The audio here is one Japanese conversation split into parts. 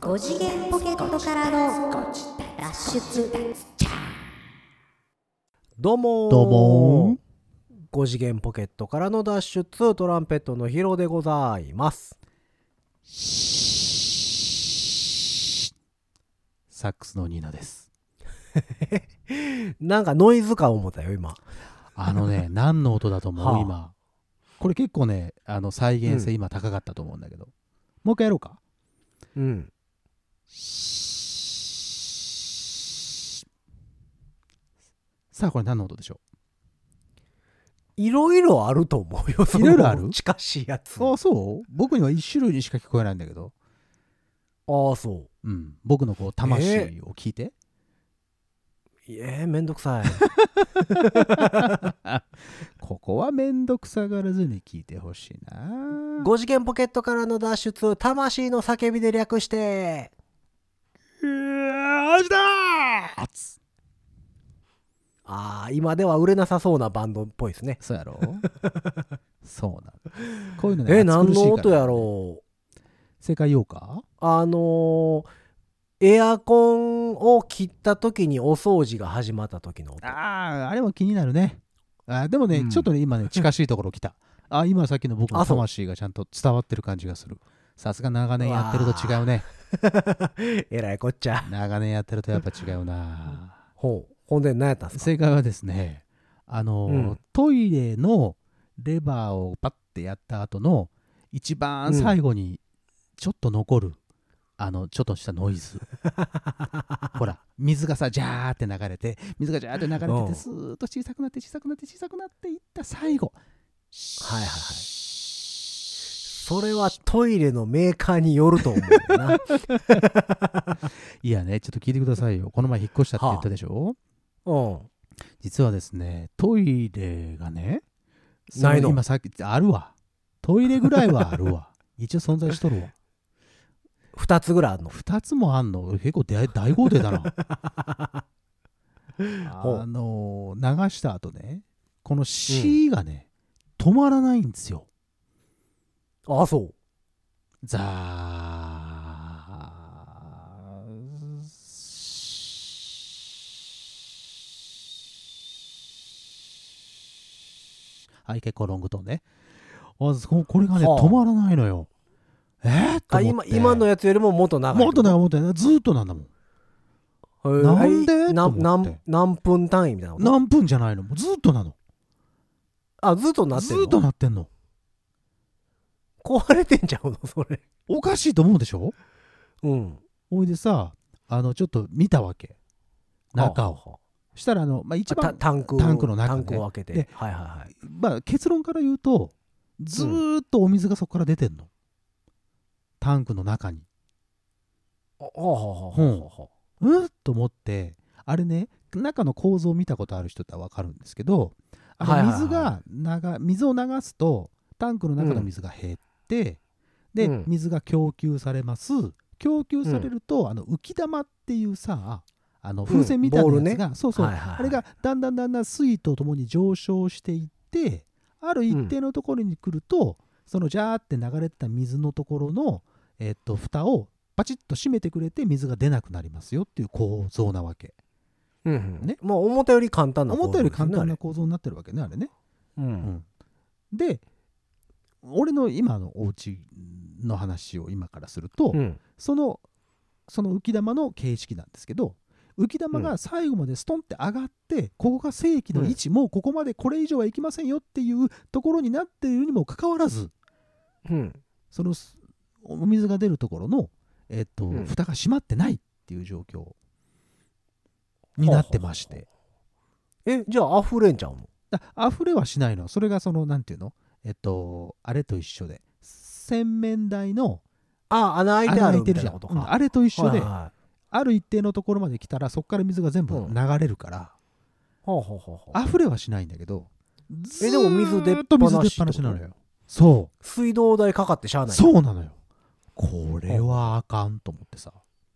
5次元ポケットからの脱出。 どうもーどうも 5次元ポケットからの脱出、トランペットのヒロでございます。 サックスのニーナです。 なんかノイズか思ったよ今。 何の音だと思う、 はあ今これ結構ね再現性今高かったと思うんだけど、もう一回やろうか。 うん。 さあこれ何の音でしょいろいろあると思うよ。 いろいろある近しいやつ。 う。あ、そう僕には一種類にしか聞こえないんだけど、 ああ、そ僕のこう魂を聞いて、 う。めんどくさい。 ここはめんどくさがらずに聞いてほしいな。 5次元ポケットからの脱出、魂の叫びで略して。 あしたーああ、今では売れなさそうなバンドっぽいですね。 そうやろそうなんだ。こういうのね、 何暑苦しいからねの音やろう。 正解言おうか。 エアコンを切った時にお掃除が始まった時の音。 あれも気になるね。でもね、 うんちょっとね今ね近しいところ来た。今さっきの僕のあそう魂がちゃんと伝わってる感じがする。さすが長年やってると違うね。 えらいこっちゃ。 長年やってるとやっぱ違うな。 ほんで何やったんすか。 正解はですね、 んトイレのレバーをパッてやった後の一番最後にちょっと残る、ちょっとしたノイズ。ほら水がさジャーって流れて、水がジャーって流れてうんてスーッと小さくなって小さくなって小さくなっていった最後。 はいはいはい。それはトイレのメーカーによると思うよな。 いやね、ちょっと聞いてくださいよ。この前引っ越したって言ったでしょ。 うん。 実はですね、トイレがね、 ないの今さっきあるわ。トイレぐらいはあるわ。一応存在しとるわ。 2つぐらいあるの。 2つもあんの。結構大豪邸だな。流した後ね、この C がね、止まらないんですよ。 あ、そう。 ザーはい、結構ロングトーンね。これがね、 はあ止まらないのよ。と思って今のやつよりももっと長い。 もっと長いもっと長い、ずーっとなんだもん。なんでと思って何分単位みたいなこと。 何分じゃないの、もうずーっとなの。 ずっとなってんの。 ずーっとなってんの。 壊れてんちゃうのそれ。 おかしいと思うでしょ。 うん。 おいでさ、ちょっと見たわけ、中を。 はしたら一番タンクの中ね、 タンクを開けて。 ではいはいはい。 結論から言うと、ずーっとお水がそこから出てんの、タンクの中に。と思って、あれね、中の構造を見たことある人ってわかるんですけど、水を流すとタンクの中の水が減って、で、水が供給されます。供給されると、浮き玉っていうさ、風船みたいなやつが、そうそう、あれがだんだん水位とともに上昇していって、ある一定のところに来ると、そのジャーって流れてた水のところの、蓋をパチッと閉めてくれて水が出なくなりますよっていう構造なわけ。 ね、もう思ったより簡単な構造ですね。 思ったより簡単な構造になってるわけね、あれね。で、俺の今のお家の話を今からすると、その浮き玉の形式なんですけど、浮き玉が最後までストンって上がって、ここが正規の位置、もうここまでこれ以上はいきませんよっていうところになっているにもかかわらず、そのお水が出るところの、蓋が閉まってないっていう状況になってまして。 じゃあ溢れんちゃうの。 溢れはしないの。それがなんていうの、あれと一緒で、洗面台の穴開いてあるみたいじゃなんことか。 あれと一緒で、ある一定のところまで来たらそこから水が全部流れるから、溢れはしないんだけど、 でも水出っぱ放しなのよ。そう、 水道代かかってしゃあない。 そうなのよ。これはあかんと思ってさ、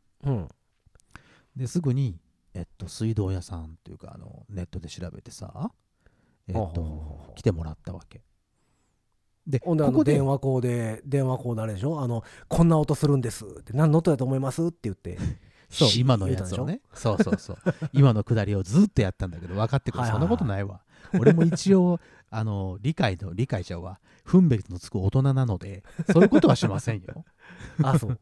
ですぐに、水道屋さんっていうか、ネットで調べてさ、来てもらったわけ。 でほんでここで電話口であれでしょ、こんな音するんですって何の音だと思いますって言ってそう今のやつをねそう今のくだりをずっとやったんだけど分かってくれそんなことないわ。俺も一応理解ちゃうわ分別のつく大人なのでそういうことはしませんよ。 あそう、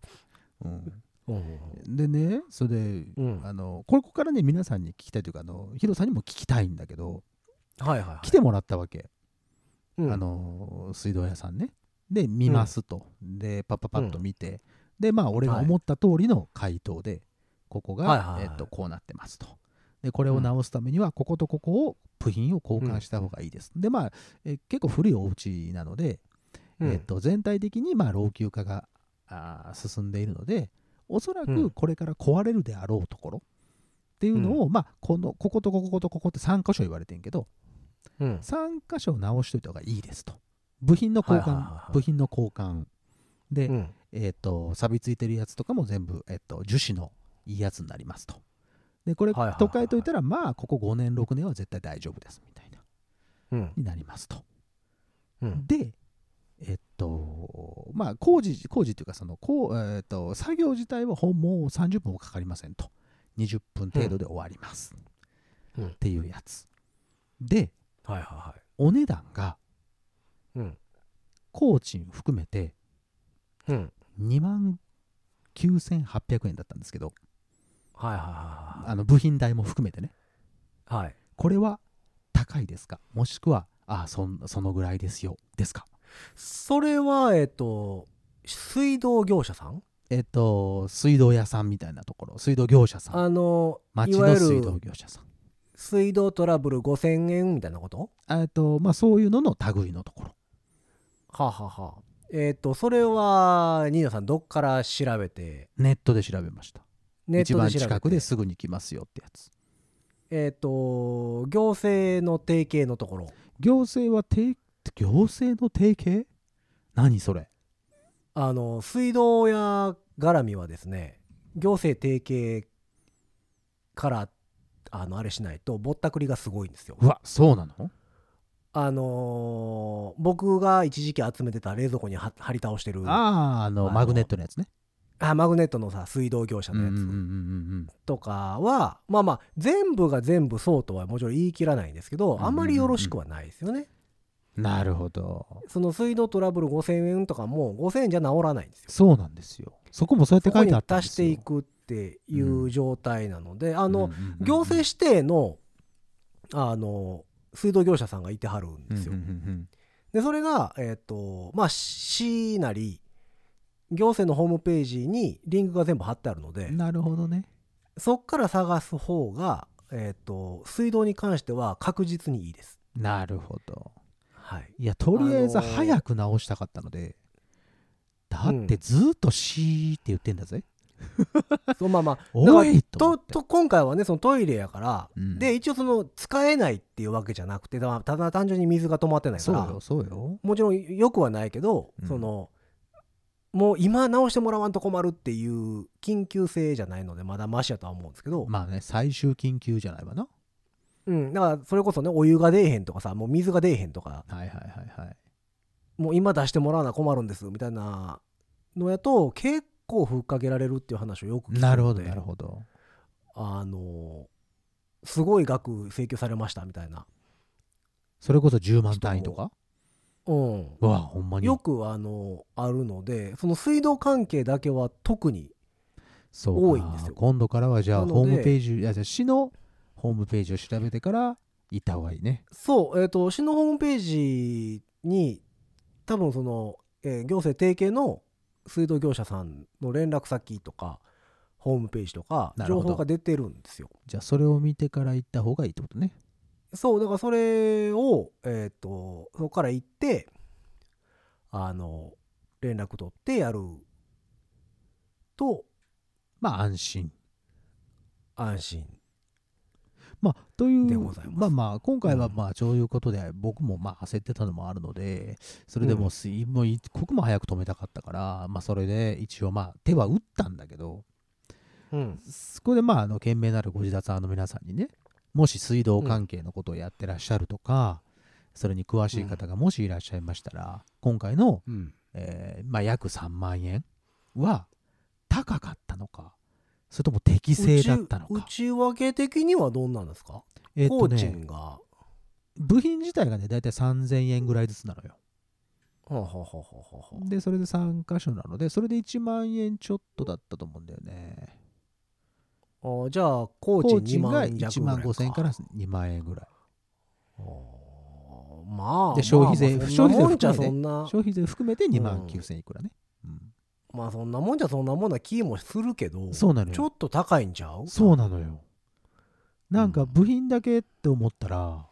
でねそれで、ここからね皆さんに聞きたいというかヒロさんにも聞きたいんだけど、来てもらったわけ、水道屋さんねで見ますと、でパッと見て、でまあ俺が思った通りの回答で、ここが、こうなってますと。でこれを直すためにはこことここを部品を交換した方がいいです。でまあ、結構古いお家なので、全体的にまあ老朽化が進んでいるのでおそらくこれから壊れるであろうところっていうのを、まあこことこことここって3箇所言われてんけど、3箇所直しといた方がいいですと。部品の交換で、錆びついてるやつとかも全部、樹脂のいいやつになりますと。でこれと変えといたらまあここ5年6年は絶対大丈夫ですみたいな、になりますと。でまあ工事っていうかその作業自体はもう30分もかかりませんと。20分程度で終わります、っていうやつで、お値段が、工賃含めて、29,800円だったんですけど、部品代も含めてね、これは高いですか、もしくはそのぐらいですよですか。 それは水道業者さん、 水道屋さんみたいなところ、水道業者さん、町の水道業者さん、 水道トラブル5000円みたいなこと？ まあそういうのの類のところ。 それはニーナさんどっから調べて？ ネットで調べました。一番近くですぐに来ますよってやつ。 行政の提携のところ。 行政の提携？何それ？ 水道屋絡みはですね、行政提携からあれしないとぼったくりがすごいんですよ。 うわ、そうなの？ 僕が一時期集めてた冷蔵庫に貼り倒してるマグネットのやつね。 マグネットのさ水道業者のやつとかはまあ全部が全部そうとはもちろん言い切らないんですけど、あんまりよろしくはないですよね。 なるほど。 その水道トラブル5000円とかも5000円じゃ治らないんですよ。 そうなんですよ。そこもそうやって書いてあったんですよ。 そこに足していくっていう状態なので、行政指定の水道業者さんがいてはるんですよ。でそれがまあ市なり行政のホームページにリンクが全部貼ってあるので、 なるほどね。 そっから探す方が水道に関しては確実にいいです。 なるほど。 いやとりあえず早く直したかったので、だってずっとシーって言ってんだぜ。 そうまあだから今回はねそのトイレやから、で一応その使えないっていうわけじゃなくて、ただ単純に水が止まってないから、 そうよもちろんよくはないけど、そのもう今直してもらわんと困るっていう緊急性じゃないのでまだマシやとは思うんですけど、 まあね最終緊急じゃないわな。 だからそれこそねお湯が出えへんとかさ、もう水が出えへんとか、もう今出してもらわな困るんですみたいなのやと結構ふっかけられるっていう話をよく聞くので、 なるほどすごい額請求されましたみたいな、 それこそ10万単位とか、 うわほんまによくあるので、その水道関係だけは特に多いんですよ。 今度からはじゃあホームページ、じゃあ市のホームページを調べてから行った方がいいね。 そう、市のホームページに多分その、行政提携の水道業者さんの連絡先とかホームページとか情報が出てるんですよ。 じゃあそれを見てから行った方がいいってことね。 そうだからそれをそこから行って連絡取ってやるとまあ安心まあというでございます。 まあ今回はまあそういうことで、僕もまあ焦ってたのもあるので、それでももう一刻も早く止めたかったから、まあそれで一応まあ手は打ったんだけど、そこでまあ賢明なるご自立の皆さんにね、もし水道関係のことをやってらっしゃるとか、 それに詳しい方がもしいらっしゃいましたら、今回の、約3万円は高かったのか、それとも適正だったのか。 内訳的にはどんなんですか？工賃が部品自体がねだいたい3000円ぐらいずつなのよ。でそれで3箇所なので、それで1万円ちょっとだったと思うんだよね。 じゃあ工賃2万円 1万5000円から2万円ぐらい。 まあで消費税含めて2万9000円いくらね。 まあそんなもんじゃそんなもんな気もするけど、 そうなのよ。 ちょっと高いんちゃう？ そうなのよ。なんか部品だけって思ったら、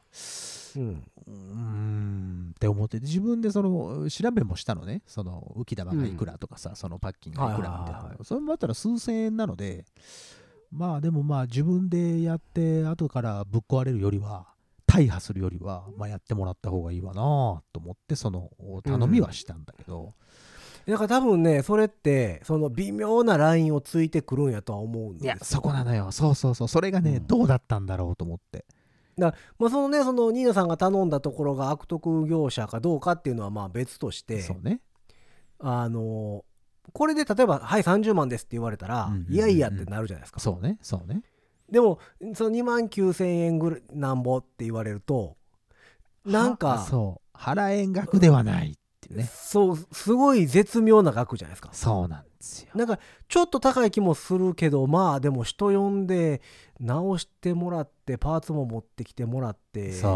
って思って自分でその調べもしたのね。その浮き玉がいくらとかさ、そのパッキンがいくらみたいな、それもあったら数千円なので、まあでもまあ自分でやって後からぶっ壊れるよりは、大破するよりはまあやってもらった方がいいわなと思ってその頼みはしたんだけど、 だから多分ねそれってその微妙なラインをついてくるんやとは思うんですよ。 いやそこなのよ。そうそれがね、どうだったんだろうと思って。 だまあそのねそのニーナさんが頼んだところが悪徳業者かどうかっていうのはまあ別として、 そうね、 これで例えばはい30万ですって言われたら、いやいやってなるじゃないですか。 そうね。 でもその2万9000円ぐらいなんぼって言われるとなんかそう払えん額ではないっていうね。 そうすごい絶妙な額じゃないですか。 そうなんですよ。 なんかちょっと高い気もするけど、まあでも人呼んで直してもらってパーツも持ってきてもらって、 そう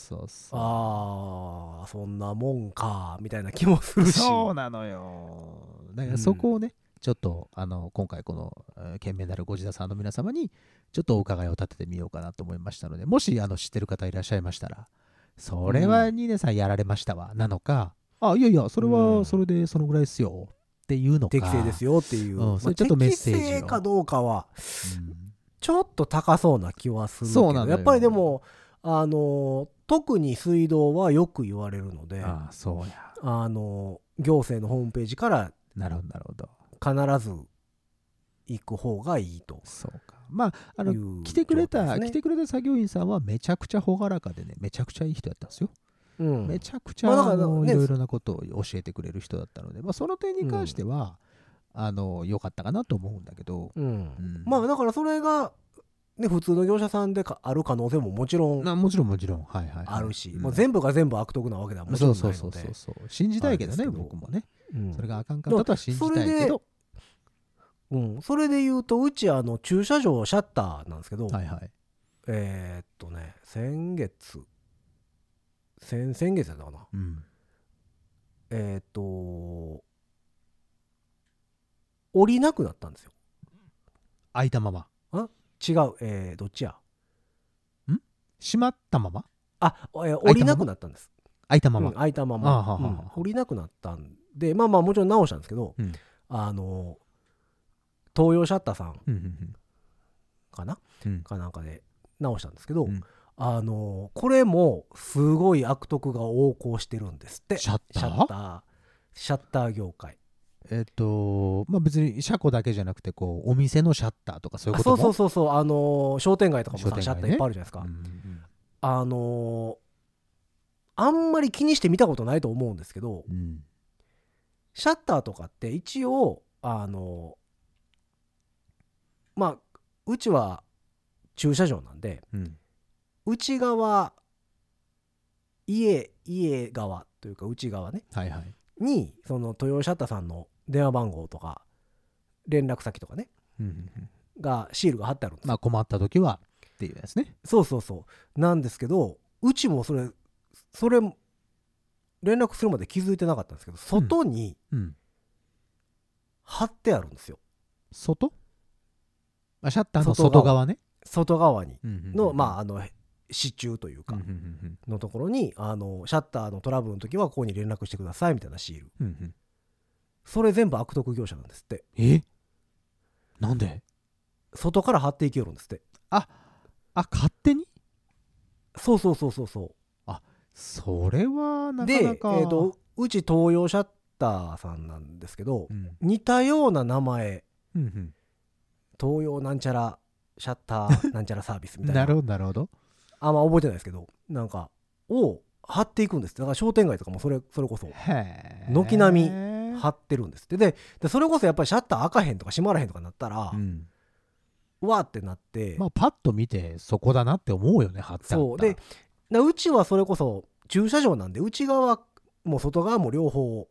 ああそんなもんかみたいな気もするし。 そうなのよ。だからそこをね、ちょっと今回この金メダルご自田さんの皆様にちょっとお伺いを立ててみようかなと思いましたので、もし知ってる方いらっしゃいましたら、それはニーネさんやられましたわなのか、いやそれはそれでそのぐらいですよっていうのか、 適正ですよっていう、 それちょっとメッセージを。 適正かどうかはちょっと高そうな気はするけど、やっぱりでも特に水道はよく言われるので、 そうや、 行政のホームページからなるほど必ず行く方がいいと。 そうか。まあ来てくれた作業員さんはめちゃくちゃ朗らかでね、めちゃくちゃいい人だったんですよ。めちゃくちゃいろいろなことを教えてくれる人だったので、その点に関しては良かったかなと思うんだけど、 まあだからそれがね普通の業者さんである可能性ももちろんあるし、もう全部が全部悪徳なわけではもちろんないので、 信じたいけどね、僕もね、それがあかんかったとは信じたいけど、 それで言うとうち駐車場シャッターなんですけど、先月だったかな、降りなくなったんですよ。 開いたまま。 違う、どっちや閉まったまま、 降りなくなったんです。 開いたまま、 開いたまま、降りなくなったんで、まあもちろん直したんですけど、東洋シャッターさんかな、かなんかで直したんですけど、これもすごい悪徳が横行してるんですって。シャッター業界。 別に車庫だけじゃなくてお店のシャッターとかそういうことも。 そう商店街とかもさ、シャッターいっぱいあるじゃないですか。あんまり気にして見たことないと思うんですけど、シャッターとかって一応うちは駐車場なんで、内側家側というか内側ね、にその豊シャッターさんの電話番号とか連絡先とかね、がシールが貼ってあるんですよ。 困った時はっていうやつね。 そうなんですけど、うちもそれ連絡するまで気づいてなかったんですけど、外に貼ってあるんですよ。 外？シャッターの外側ね。 外側にの支柱というかのところにシャッターのトラブルの時はここに連絡してくださいみたいなシール、それ全部悪徳業者なんですって。 なんで？ 外から貼っていけるんですって。 勝手に？ そうそれはなかなかで、うち東洋シャッターさんなんですけど、似たような名前、東洋なんちゃらシャッターなんちゃらサービスみたいななるほどあんま覚えてないですけど、なんかを張っていくんです。だから商店街とかもそれこそ軒並み張ってるんですって。でそれこそやっぱりシャッター開かへんとか閉まらへんとかなったら、うわーってなって、 まあパッと見てそこだなって思うよね、張ってあったら。 そうで、うちはそれこそ駐車場なんで、内側も外側も両方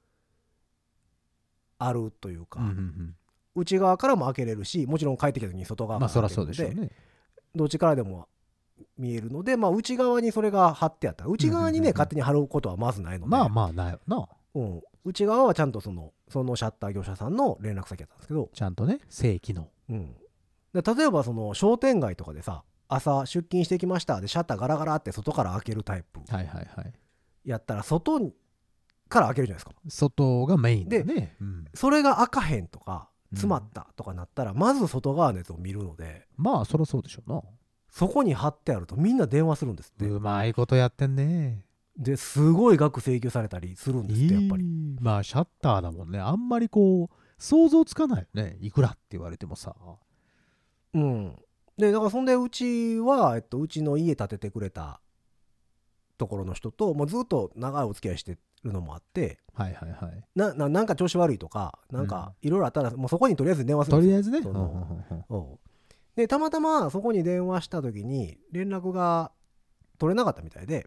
あるというか、内側からも開けれるし、もちろん帰ってきた時に外側から開けるので、 まあそりゃそうでしょうね。 どっちからでも見えるので、まあ内側にそれが貼ってあったら、内側にね勝手に貼ることはまずないので、 まあまあないよな。 内側はちゃんとそのシャッター業者さんの連絡先だったんですけど、 ちゃんとね、正規の。 で例えばその商店街とかでさ、朝出勤してきましたでシャッターガラガラって外から開けるタイプやったら、外から開けるじゃないですか。 外がメインでね。 それが開かへんとか詰まったとかなったら、まず外側のやつを見るので、 まあそりゃそうでしょうな。 そこに貼ってあるとみんな電話するんですって。 うまいことやってんね。 ですごい額請求されたりするんですって、やっぱり。 まあシャッターだもんね。あんまりこう想像つかないよね、いくらって言われてもさ。 でだからそんでうちは、うちの家建ててくれたところの人ともうずっと長いお付き合いしてるのもあって、なんか調子悪いとかなんかいろいろあったら、もうそこにとりあえず電話するんですよ。 とりあえずね。 でたまたまそこに電話した時に連絡が取れなかったみたいで、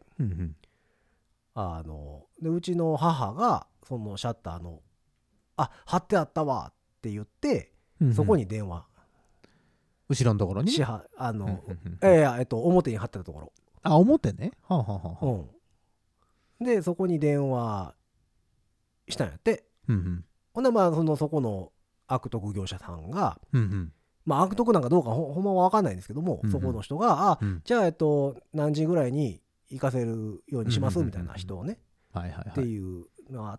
でうちの母がそのシャッターの貼ってあったわって言って、そこに電話、 後ろのところにね、 表に貼ってたところ。 表ね。 でそこに電話したんやって。ほんでまあそこの悪徳業者さんが、まあ悪徳なんかどうかほんまは分かんないんですけども、そこの人がじゃあ何時ぐらいに行かせるようにしますみたいな人をねっていうのがあって、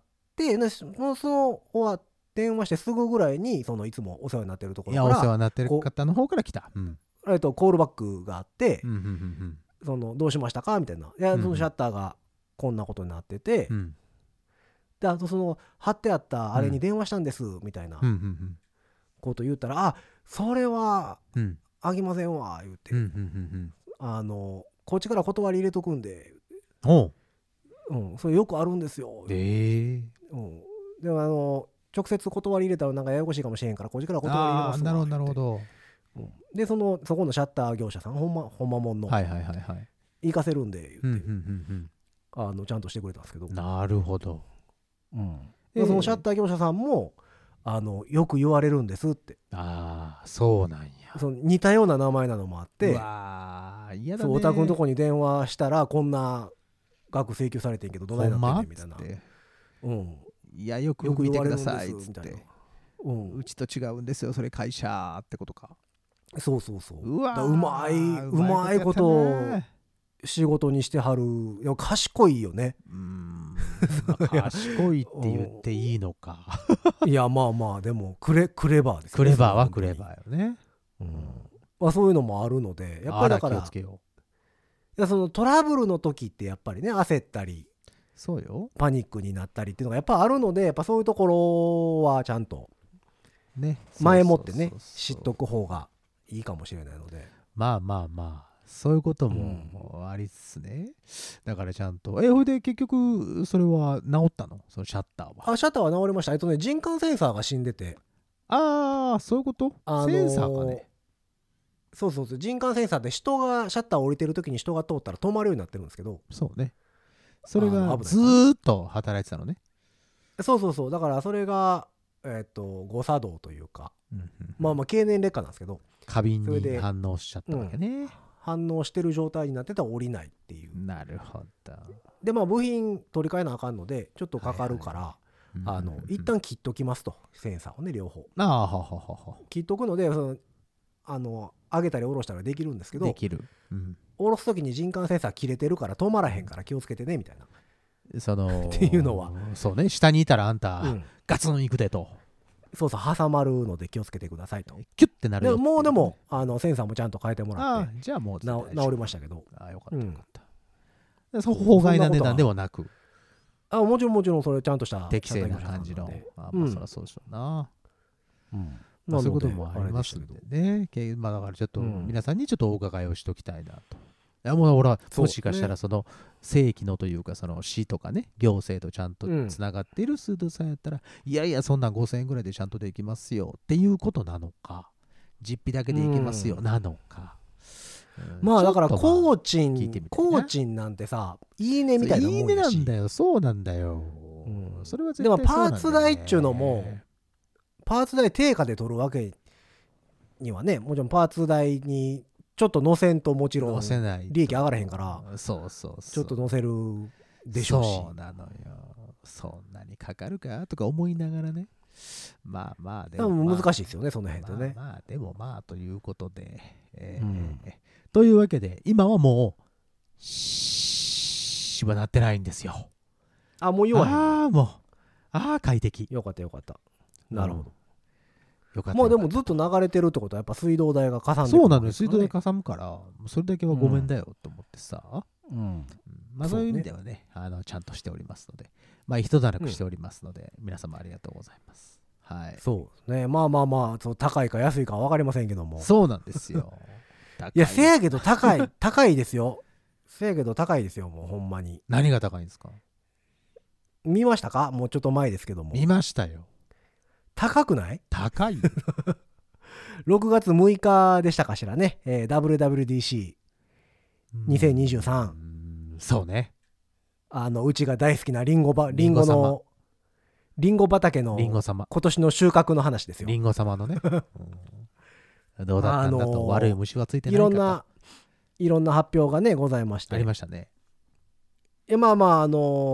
その電話してすぐぐらいにいつもお世話になってるところから、 お世話になってる方の方から来たコールバックがあって、どうしましたかみたいな、いやそのシャッターがこんなことになってて、であと貼ってあったあれに電話したんですみたいなこと言ったら、それはあげませんわ言って、こっちから断り入れとくんで、それよくあるんですよ。でも直接断り入れたらなんかややこしいかもしれんから、こっちから断り入れますわ。 なるほど。 でそこのシャッター業者さんほんまもんの行かせるんで言って、ちゃんとしてくれたんですけど。 なるほど。 そのシャッター業者さんもよく言われるんですって。 そうなんや。 似たような名前なのもあって、 嫌だね。 お宅のとこに電話したらこんな額請求されてんけどどないなってんねんみたいな。 いやよく見てくださいっつって、うちと違うんですよそれ会社ってことか。 そううまいことを仕事にしてはる。いや賢いよね。 賢いって言っていいのか。 いやまあでもクレバーですね。 クレバーはクレバーよね。 そういうのもあるので、やっぱりだから気をつけよう。そのトラブルの時ってやっぱりね、焦ったりそうよ、 パニックになったりっていうのがやっぱあるので、やっぱそういうところはちゃんと前もってね知っとく方がいいかもしれないので、 まあそういうこともありつつね、だからちゃんとほいで結局それは治ったの、そのシャッターは。 シャッターは治りました。人感センサーが死んでて。 そういうこと、センサーかね。 そう人感センサーって人がシャッターを降りてる時に人が通ったら止まるようになってるんですけど、 そうね、それがずーっと働いてたのね。 そうだからそれが誤作動というか、まあ経年劣化なんですけど、 過敏に反応しちゃったわけね。 反応してる状態になってたら降りないっていう。 なるほど。 で部品取り替えなあかんのでちょっとかかるから、一旦切っときますと、センサーをね両方切っとくので、上げたり下ろしたらできるんですけど、 できる、 下ろす時に人感センサー切れてるから止まらへんから気をつけてねみたいなっていうのは、 そうね、下にいたらあんた、ガツンいくでと、 そう挟まるので気をつけてくださいと。 キュッてなるよ。 でもセンサーもちゃんと変えてもらって、 じゃあもう治りましたけど。 よかった。法外な値段ではなく、 もちろんそれちゃんとした適正な感じの。そりゃそうでしょうな。そういうこともありますんでね。だからちょっと皆さんにちょっとお伺いをしときたいなと。 いやもう俺はもしかしたらその正規のというかその市とかね行政とちゃんとつながっている水道さんやったら、いやいやそんなん5000円ぐらいでちゃんとできますよっていうことなのか、実費だけでいけますよなのか、 まあだから工賃なんてさ、いいねみたいなもんやし。いいねなんだよ、そうなんだよ、それは絶対でもパーツ代っちゅうのもパーツ代定価で取るわけにはね、もちろんパーツ代にちょっと乗せんともちろん利益上がらへんから、 そうそうそう、 ちょっと乗せるでしょうし。 そうなのよ、そんなにかかるかとか思いながらね、まあまあでも、 難しいですよねその辺でね。 まあでもまあということで、というわけで今はもうしはなってないんですよ。 もう弱い。 快適。 よかったよかった。なるほど。 よかった。 まあでもずっと流れてるってことはやっぱ水道代がかさんでる、そうなのよ、水道代かさむからそれだけはごめんだよと思ってさ、まあそういう意味ではね、ちゃんとしておりますので、まあ一段落しておりますので、皆様ありがとうございます。はい。 そうですね。まあそう高いか安いかは分かりませんけども。 そうなんですよ。 いやせやけど高いですよ。せやけど高いですよ、もうほんまに。 何が高いんですか？ 見ましたか？もうちょっと前ですけども。 見ましたよ。 高くない？ 高い。 6月6日でしたかしらね、WWDC2023。 そうね。 うちが大好きなリンゴ畑の今年の収穫の話ですよ。 リンゴ様のね。どうだったんだと、悪い虫はついてないかと。 いろんな発表がねございまして。 ありましたね。 まあ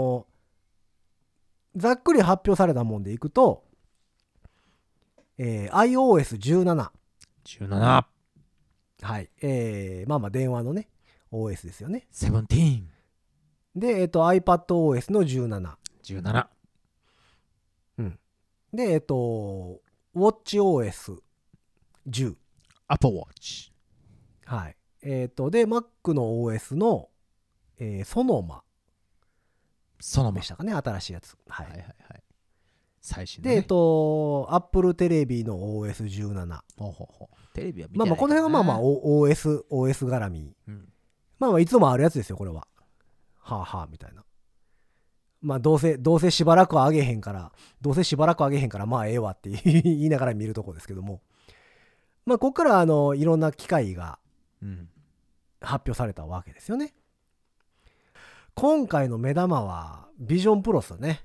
ざっくり発表されたもんでいくと、iOS17。 17。 はい。まあ電話のね OS ですよね。 17。 でiPadOS の17。 17。 でWatchOS10。 Apple Watch。 はい。で Mac の OS の、ソノマでしたかね、新しいやつ。はいはいはい。 最新のね。 でApple テレビの OS17。 テレビは見てないまあこの辺はまあ OS 絡み。まあいつもあるやつですよこれは。はあはあみたいな。まあどうせしばらく上げへんからまあええわって言いながら見るとこですけども、まあここからいろんな機械が発表されたわけですよね。今回の目玉はビジョンプロスね。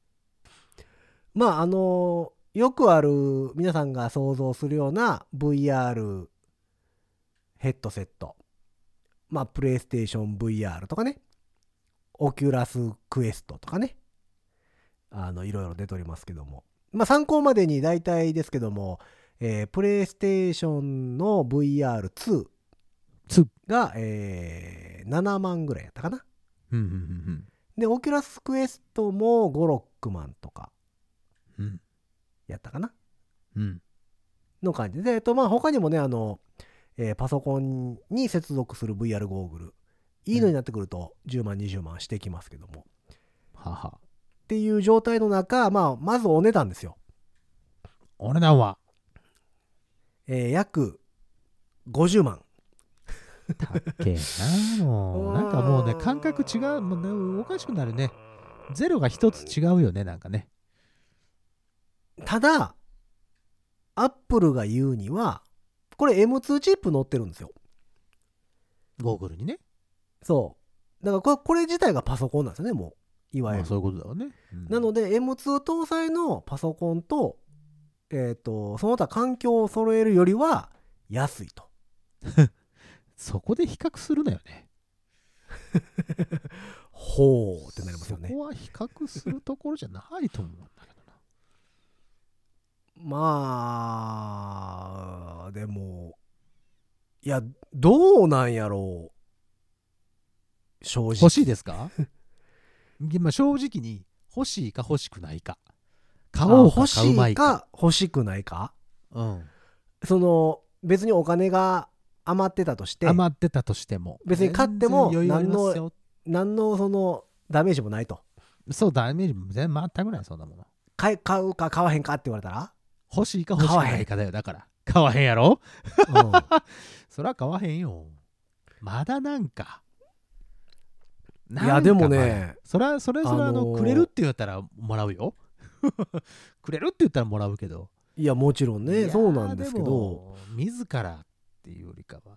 まあよくある皆さんが想像するような VR ヘッドセット、まあプレイステーション VR とかね、オキュラスクエストとかね、いろいろ出ておりますけども、まあ参考までに大体ですけども、プレイステーションの VR2 が、7万ぐらいやったかな。でオキュラスクエストも5、6万とかやったかな、の感じで、まあ他にもねパソコンに接続する VR ゴーグルいいのになってくると10万20万してきますけども、っていう状態の中、まずお値段ですよ。 お値段は約50万。 たっけえな、もうなんかもうね感覚違う、もう、ね、おかしくなるね。ゼロが一つ違うよね、なんかね。 ただアップルが言うにはこれ M2 チップ乗ってるんですよ、 ゴーグルにね。 そうだからこれ自体がパソコンなんですよね、もういわゆる。 そういうことだよね、 なので M2 搭載のパソコンとその他環境を揃えるよりは安いと。 そこで比較するなよね。 ほうってなりますよね。 そこは比較するところじゃないと思うんだけどな。 まあでもいやどうなんやろう、正直。 欲しいですか？正直に欲しいか欲しくないか、買おうか買うまいか、 欲しいか欲しくないか、その別にお金が余ってたとしても別に買っても何のそのダメージもないと。 そうダメージも全然全くない、そんなもの。 買うか買わへんかって言われたら欲しいか欲しくないかだよ。だから買わへんやろ、そりゃ買わへんよ。 まだなんかいやでもね、 それくれるって言ったらもらうよくれるって言ったらもらうけど、 いやもちろんねそうなんですけど、 自らっていうよりかは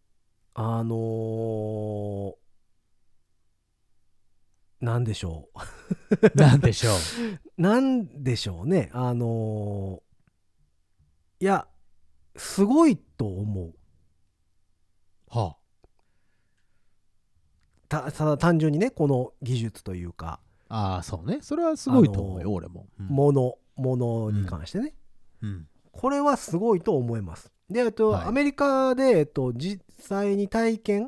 なんでしょうなんでしょうなんでしょうね、いやすごいと思う。 はただ単純にねこの技術というか、 ああそうね、それはすごいと思うよ俺も、 ものに関してね、これはすごいと思います。でアメリカで、実際に体験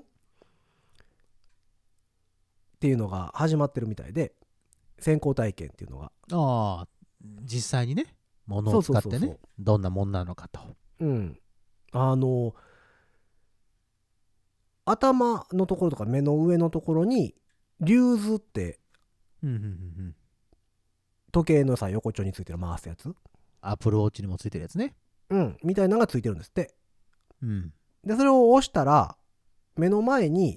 っていうのが始まってるみたいで、先行体験っていうのが、 実際にねものを使ってね、どんなもんなのかと、 頭のところとか目の上のところにリューズって、時計のさ横丁についてる回すやつ、 アップルウォッチにもついてるやつね、 みたいなのがついてるんですって、でそれを押したら目の前に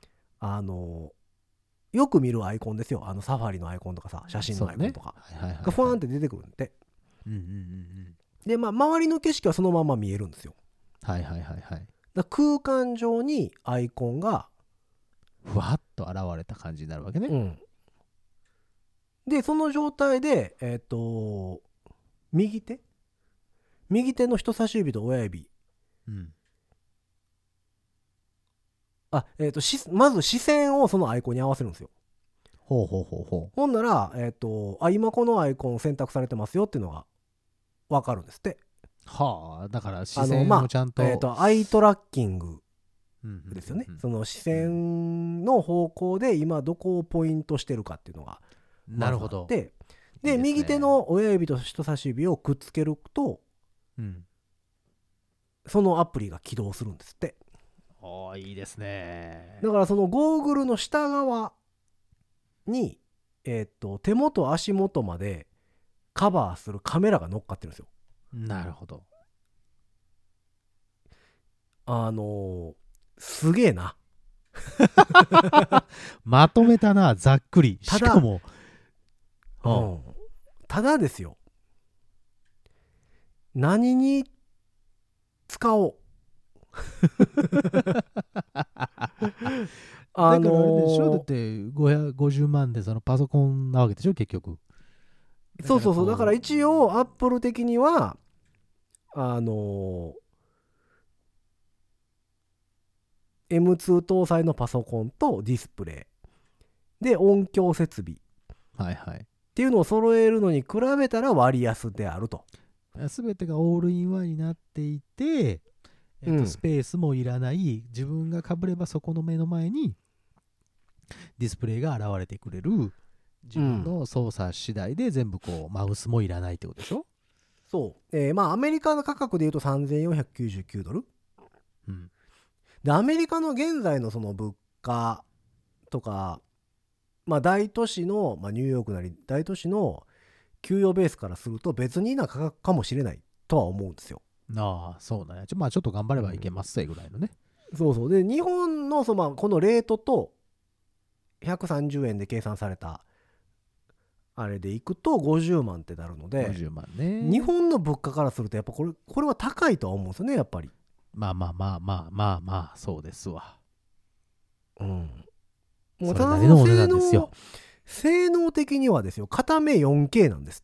よく見るアイコンですよ、サファリのアイコンとかさ、写真のアイコンとかがファーンって出てくるんで、で周りの景色はそのまま見えるんですよ。だ空間上にアイコンがふわっと現れた感じになるわけね、 でその状態で右手の人差し指と親指、まず視線をそのアイコンに合わせるんですよ。ほんなら、今このアイコン選択されてますよっていうのが分かるんですって。 だから視線をちゃんと、 アイトラッキングですよね、その視線の方向で今どこをポイントしてるかっていうのがなるほど。 で右手の親指と人差し指をくっつけると、そのアプリが起動するんですって。 いいですね。 だからそのゴーグルの下側に、手元足元までカバーするカメラが乗っかってるんですよ。 なるほど。 すげえなまとめたな、ざっくり。しかもただですよ、何に使おうだからあれでしょ、だって550万でそのパソコンなわけでしょ結局。 そうだから一応アップル的にはM2 搭載のパソコンとディスプレイで音響設備っていうのを揃えるのに比べたら割安であると。 全てがオールインワンになっていて、スペースもいらない、自分がかぶればそこの目の前にディスプレイが現れてくれる、自分の操作次第で全部こうマウスもいらないってことでしょ。 そう、アメリカの価格でいうと$3499、でアメリカの現在のその物価とか、大都市の、ニューヨークなり大都市の給与ベースからすると別にいいな価格かもしれないとは思うんですよ。 そうだね。ちょっと頑張ればいけますぐらいのね。 そうで日本のこのレートと130円で計算されたあれでいくと50万ってなるので、 50万ね。 日本の物価からするとやっぱこれは高いとは思うんですよね、やっぱり。 まあそうですわ。 もうただの性能的にはですよ、片目 4K なんですって。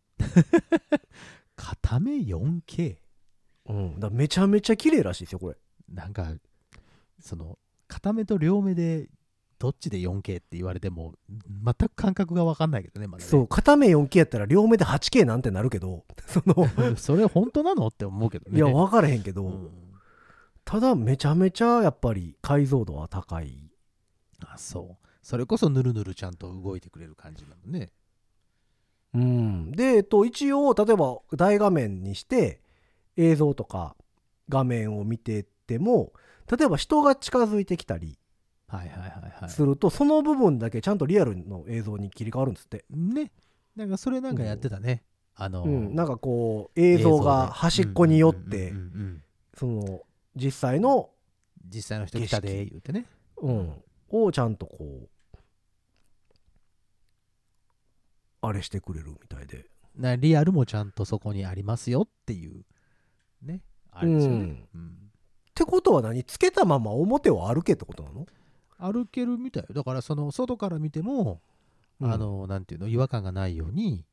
片目 4K？ だめちゃめちゃ綺麗らしいですよこれ。 なんかその片目と両目でどっちで 4K って言われても全く感覚が分かんないけどね、まだね。 そう片目 4K やったら両目で 8K なんてなるけどそれ本当なのって思うけどね。 いや分からへんけど、ただめちゃめちゃやっぱり解像度は高い。 それこそぬるぬるちゃんと動いてくれる感じなのね。 で一応例えば大画面にして映像とか画面を見てても、例えば人が近づいてきたりするとその部分だけちゃんとリアルの映像に切り替わるんですってね。なんかそれなんかやってたね。 なんかこう映像が端っこによってその実際の実際の人来たで言うてね、 をちゃんとこうあれしてくれるみたいで、 リアルもちゃんとそこにありますよっていうね、あれですよね。 ってことは何、つけたまま表を歩けってことなの？ 歩けるみたいよ。だからその外から見ても、なんていうの、違和感がないように、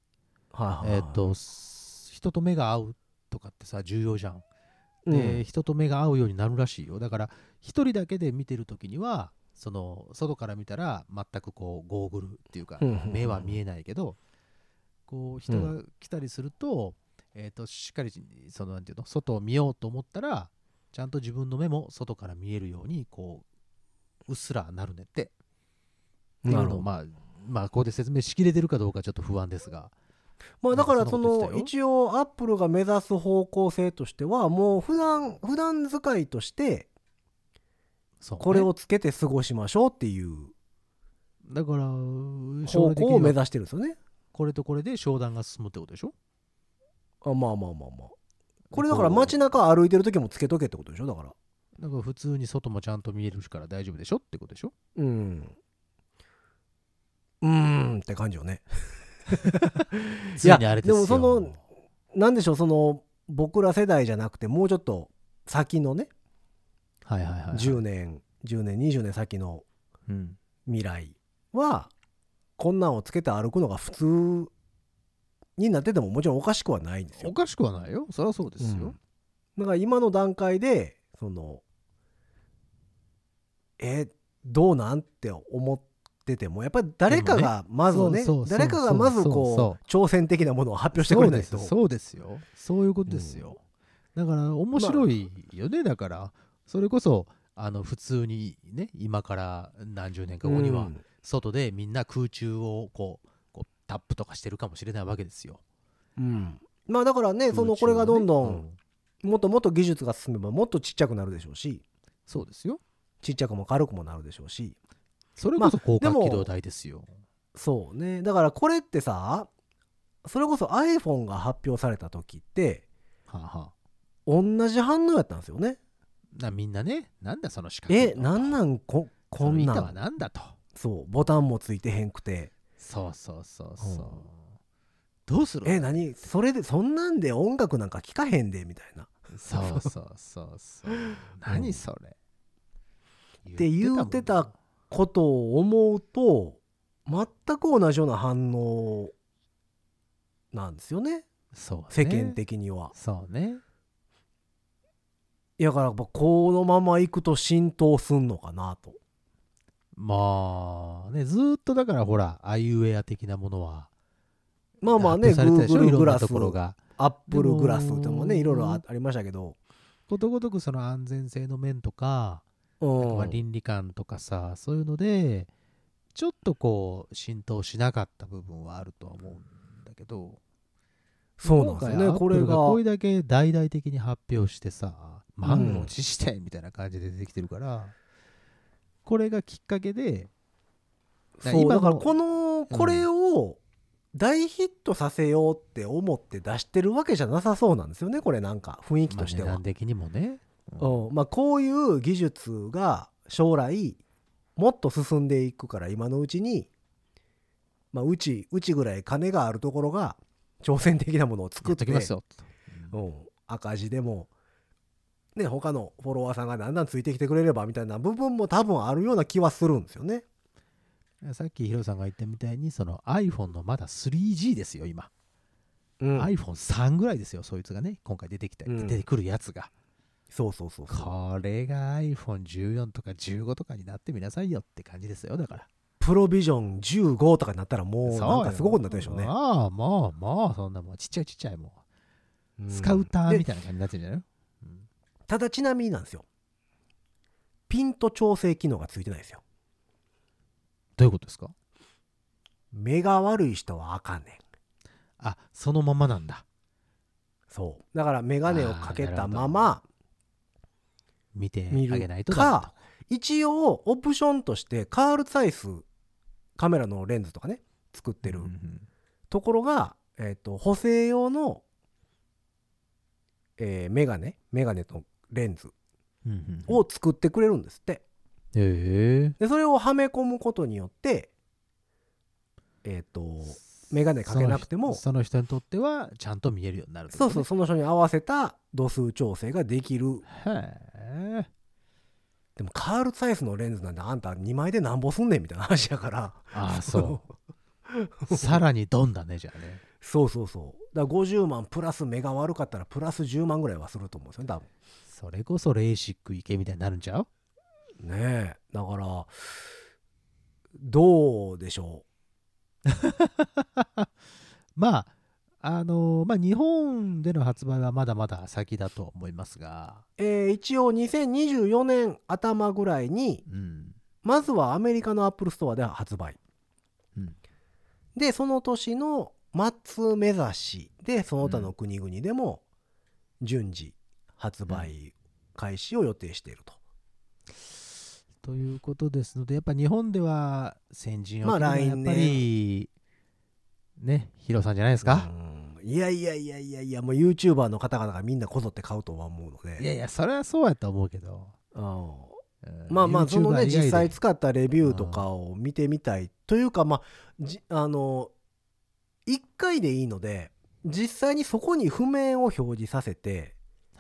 人と目が合うとかってさ重要じゃん。で、人と目が合うようになるらしいよ。だから一人だけで見てるときには、その外から見たら全くこうゴーグルっていうか、目は見えないけど、こう人が来たりすると、しっかりそのなんていうの、外を見ようと思ったら、ちゃんと自分の目も外から見えるようにこううっすらなるねって。っていうのをまあここで説明しきれてるかどうかちょっと不安ですが。 まあだからその一応アップルが目指す方向性としては、もう普段使いとしてこれをつけて過ごしましょうっていうだから方向を目指してるんですよね。 これとこれで商談が進むってことでしょ。 まあこれだから街中歩いてる時もつけとけってことでしょ。だから普通に外もちゃんと見えるから大丈夫でしょってことでしょ。 って感じよね。 いやでもそのなんでしょう、その僕ら世代じゃなくてもうちょっと先のね、10年20年先の未来はこんなんをつけて歩くのが普通になっててももちろんおかしくはないんですよ。 おかしくはないよ、そりゃそうですよ。 だから今の段階でそのどうなんて思っててもやっぱり誰かがまずね、誰かがまずこう挑戦的なものを発表してくれないと。 そうですよ、そういうことですよ。だから面白いよね。だからそれこそ普通にね、今から何十年か後には外でみんな空中をこうタップとかしてるかもしれないわけですよ。 まあだからね、そのこれがどんどんもっともっと技術が進めばもっとちっちゃくなるでしょうし。 そうですよ。 ちっちゃくも軽くもなるでしょうし、 それこそ広角機動隊ですよ。 そうね。だからこれってさ、それこそ iPhone が発表された時って同じ反応やったんですよね。 みんなね、なんだその四角なんなんこんなん板はなんだと。 そう、ボタンもついてへんくて、 そうどうする何それでそんなんで音楽なんか聴かへんでみたいな。 そう何それって言ってたことを思うと全く同じような反応なんですよね。世間的には。 そうね。 だからこのままいくと浸透すんのかなと。 まあね、ずっとだからほらアイウェア的なものはまあね、Google グラス、 Apple グラスでもねいろいろありましたけど、 ことごとくその安全性の面とか、倫理観とかさ、そういうのでちょっとこう浸透しなかった部分はあるとは思うんだけど、 そうなんですよね。これがこれだけ大々的に発表してさ、満を持してみたいな感じで出てきてるから、これがきっかけで、 そうだからこれを大ヒットさせようって思って出してるわけじゃなさそうなんですよね。これなんか雰囲気としては。 値段的にもね。 こういう技術が将来もっと進んでいくから、今のうちに、うちぐらい金があるところが挑戦的なものを作って、赤字でもね、他のフォロワーさんがだんだんついてきてくれればみたいな部分も多分あるような気はするんですよね。 さっきヒロさんが言ったみたいに、その iPhone のまだ 3G ですよ今、iPhone3 ぐらいですよ、そいつがね今回出てくるやつが。そうこれが iPhone14 とか15とかになってみなさいよって感じですよ。だからプロビジョン15とかになったらもうなんかすごいことになってるでしょうね。 もうそんなもんちっちゃいもうスカウターみたいな感じになってるんじゃない？ ただちなみになんですよ、ピント調整機能がついてないですよ。 どういうことですか？ 目が悪い人はあかんねん。 そのままなんだ。 そうだから眼鏡をかけたまま見てあげないとか、一応オプションとしてカール・ツァイスカメラのレンズとかね作ってるところが、補正用の、メガネとレンズを作ってくれるんですって。 でそれをはめ込むことによってメガネかけなくてもその人にとってはちゃんと見えるようになる、ね、 そうそう、その人に合わせた度数調整ができる。 へえ。 でもカール・ツァイスのレンズなんてあんた2枚でなんぼすんねんみたいな話やから。 ああ、そうさらにドンだね、じゃあね。 そうそうそう。だから50万プラス目が悪かったらプラス10万ぐらいはすると思うんですよね、多分。 それこそレーシック行けみたいになるんちゃうねえ。だからどうでしょう。 まあ日本での発売はまだまだ先だと思いますが、 一応2024年頭ぐらいに、まずはアメリカのアップルストアで発売、でその年の末目指しでその他の国々でも順次発売開始を予定していると、 ということですので、やっぱ日本では先陣を切るのはやっぱりね、ヒロさんじゃないですか。 いやいやいやいやいや、もう YouTuber の方々がみんなこぞって買うとは思うので。 いやいや、それはそうやと思うけど、 まあまあそのね実際使ったレビューとかを見てみたいというか、まあ1回でいいので実際にそこに譜面を表示させて、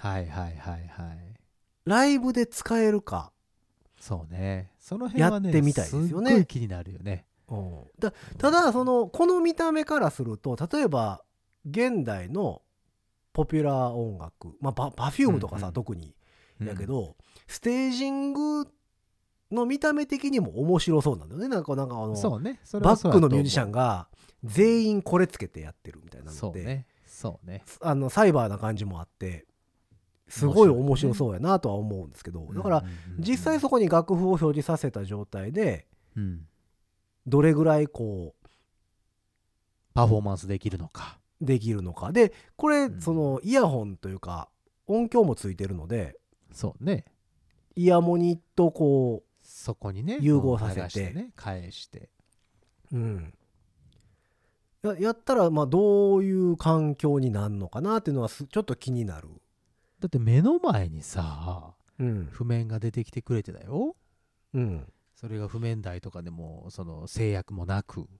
ライブで使えるか、 そうね、その辺はねやってみたいですよね。 すっごい気になるよね。 ただこの見た目からすると、例えば現代のポピュラー音楽、まあPerfumeとかさ、特にやけど、ステージングの見た目的にも面白そうなんだよね。なんかそうね、 バックのミュージシャンが全員これつけてやってるみたいなので、 そうね、 サイバーな感じもあってすごい面白そうやなとは思うんですけど、だから実際そこに楽譜を表示させた状態で、どれぐらいこうパフォーマンスできるのかで、これそのイヤホンというか音響もついてるので、 そうね、 イヤモニとこうそこにね融合させてね、返して、 やったらまあどういう環境になるのかなっていうのはちょっと気になる。 だって目の前にさ、譜面が出てきてくれてだよ、それが譜面台とかでもその制約もなく、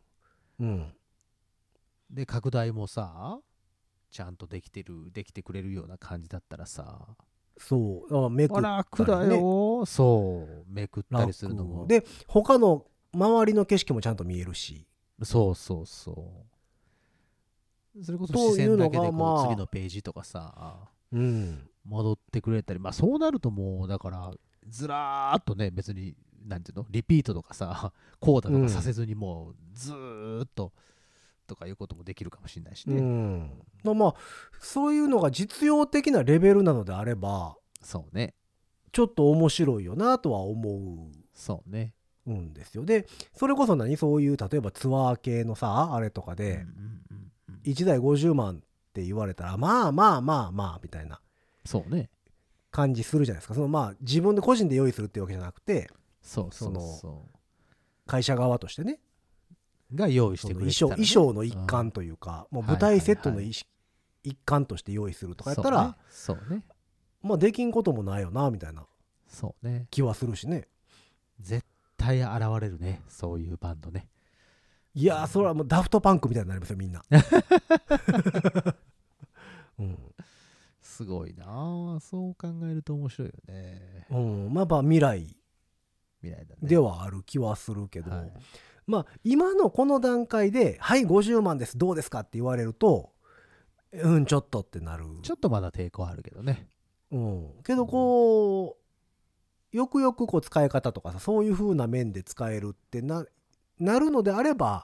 で拡大もさちゃんとできてくれるような感じだったらさ、 そうめくったり、ね、 楽だよ。そうめくったりするのもで、他の周りの景色もちゃんと見えるし、 そうそれこそ視線だけでこう次のページとかさ、戻ってくれたり、まあそうなるともうだからずらーっとね、別になんていうのリピートとかさコーダとかさせずにもうずーっととかいうこともできるかもしれないしね。 まあそういうのが実用的なレベルなのであれば、 そうね、 ちょっと面白いよなとは思う。 そうね、 ですよ。でそれこそそういう例えばツアー系のさあれとかで、1台50万って言われたらまあみたいなそうね感じするじゃないですか。そのまあ自分で個人で用意するっていうわけじゃなくて、 そう会社側としてねが用意してくれてたら、ね、 衣装の一環というか、もう舞台セットの一環として用意するとかやったら、 そうねまあできんこともないよなみたいな気はするしね。 絶対現れるね、そういうバンドね。 いやそれはもうダフトパンクみたいになりますよみんな。 すごいな、そう考えると面白いよね。 まあ未来だねではある気はするけど、まあ今のこの段階ではい50万ですどうですかって言われるとちょっとってなる。 ちょっとまだ抵抗あるけどね。 けどこうよくよくこう使い方とかさ、そういう風な面で使えるってなるのであれば、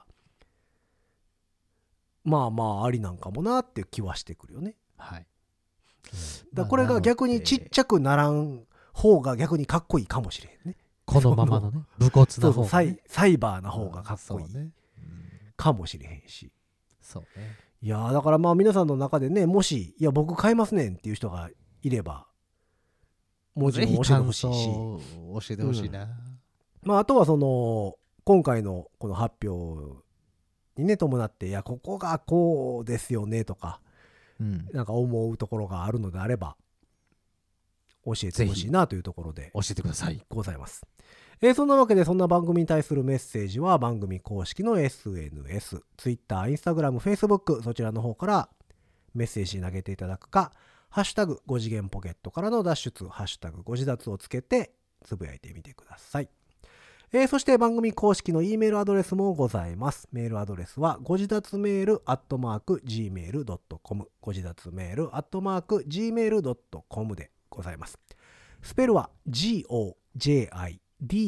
まあまあありなんかもなっていう気はしてくるよね。だこれが逆にちっちゃくならん方が逆にかっこいいかもしれんね。 このままのね武骨な方が、ね、 サイバーな方がかっこいいかもしれへんし。 そうね。 いやだからまあ皆さんの中でね、もしいや僕買いますねんっていう人がいればもちろん教えてほしいし、 教えてほしいな。 まああとはその今回のこの発表にね伴って、いやここがこうですよねとか、なんか思うところがあるのであれば教えてほしいなというところで教えてください。 ございます。そんなわけで、そんな番組に対するメッセージは番組公式の SNS、Twitter、Instagram、Facebook、そちらの方からメッセージ投げていただくか、ハッシュタグ5次元ポケットからの脱出、ハッシュタグ5次脱をつけてつぶやいてみてください。そして番組公式の E メールアドレスもございます。メールアドレスはご自立メール@gmail.com、ご自立メール@gmail.com でございます。スペルは GOJIDATSUMAIL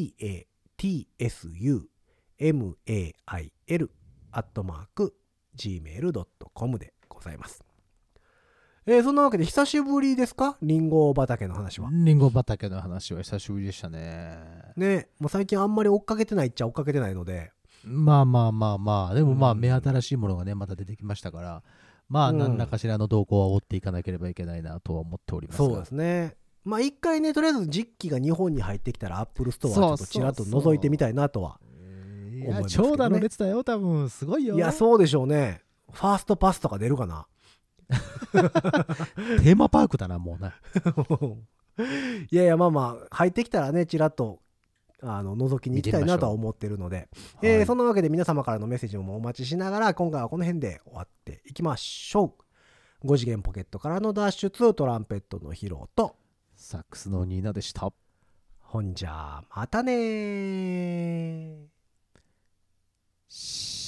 @gmail.com でございます。そんなわけで久しぶりですか？リンゴ畑の話は。 リンゴ畑の話は久しぶりでしたね。 ね、もう最近あんまり追っかけてないっちゃ追っかけてないので。 まあまあまあまあ、でもまあ目新しいものがね、また出てきましたから、まあ何らかしらの動向は追っていかなければいけないなとは思っておりますが。 そうですね。まあ一回ね、とりあえず実機が日本に入ってきたらアップルストアちょっとちらっと覗いてみたいなとは思いますけどね。 長蛇の列だよ、多分。すごいよ。 いや、そうでしょうね。ファーストパスとか出るかな。 テーマパークだな、もうな。 いやいや、まあまあ入ってきたらね、ちらっと覗きに行きたいなとは思ってるので、そんなわけで皆様からのメッセージもお待ちしながら、今回はこの辺で終わっていきましょう。5次元ポケットからの脱出、トランペットのヒロとサックスのニーナでした。 ほんじゃまたねー。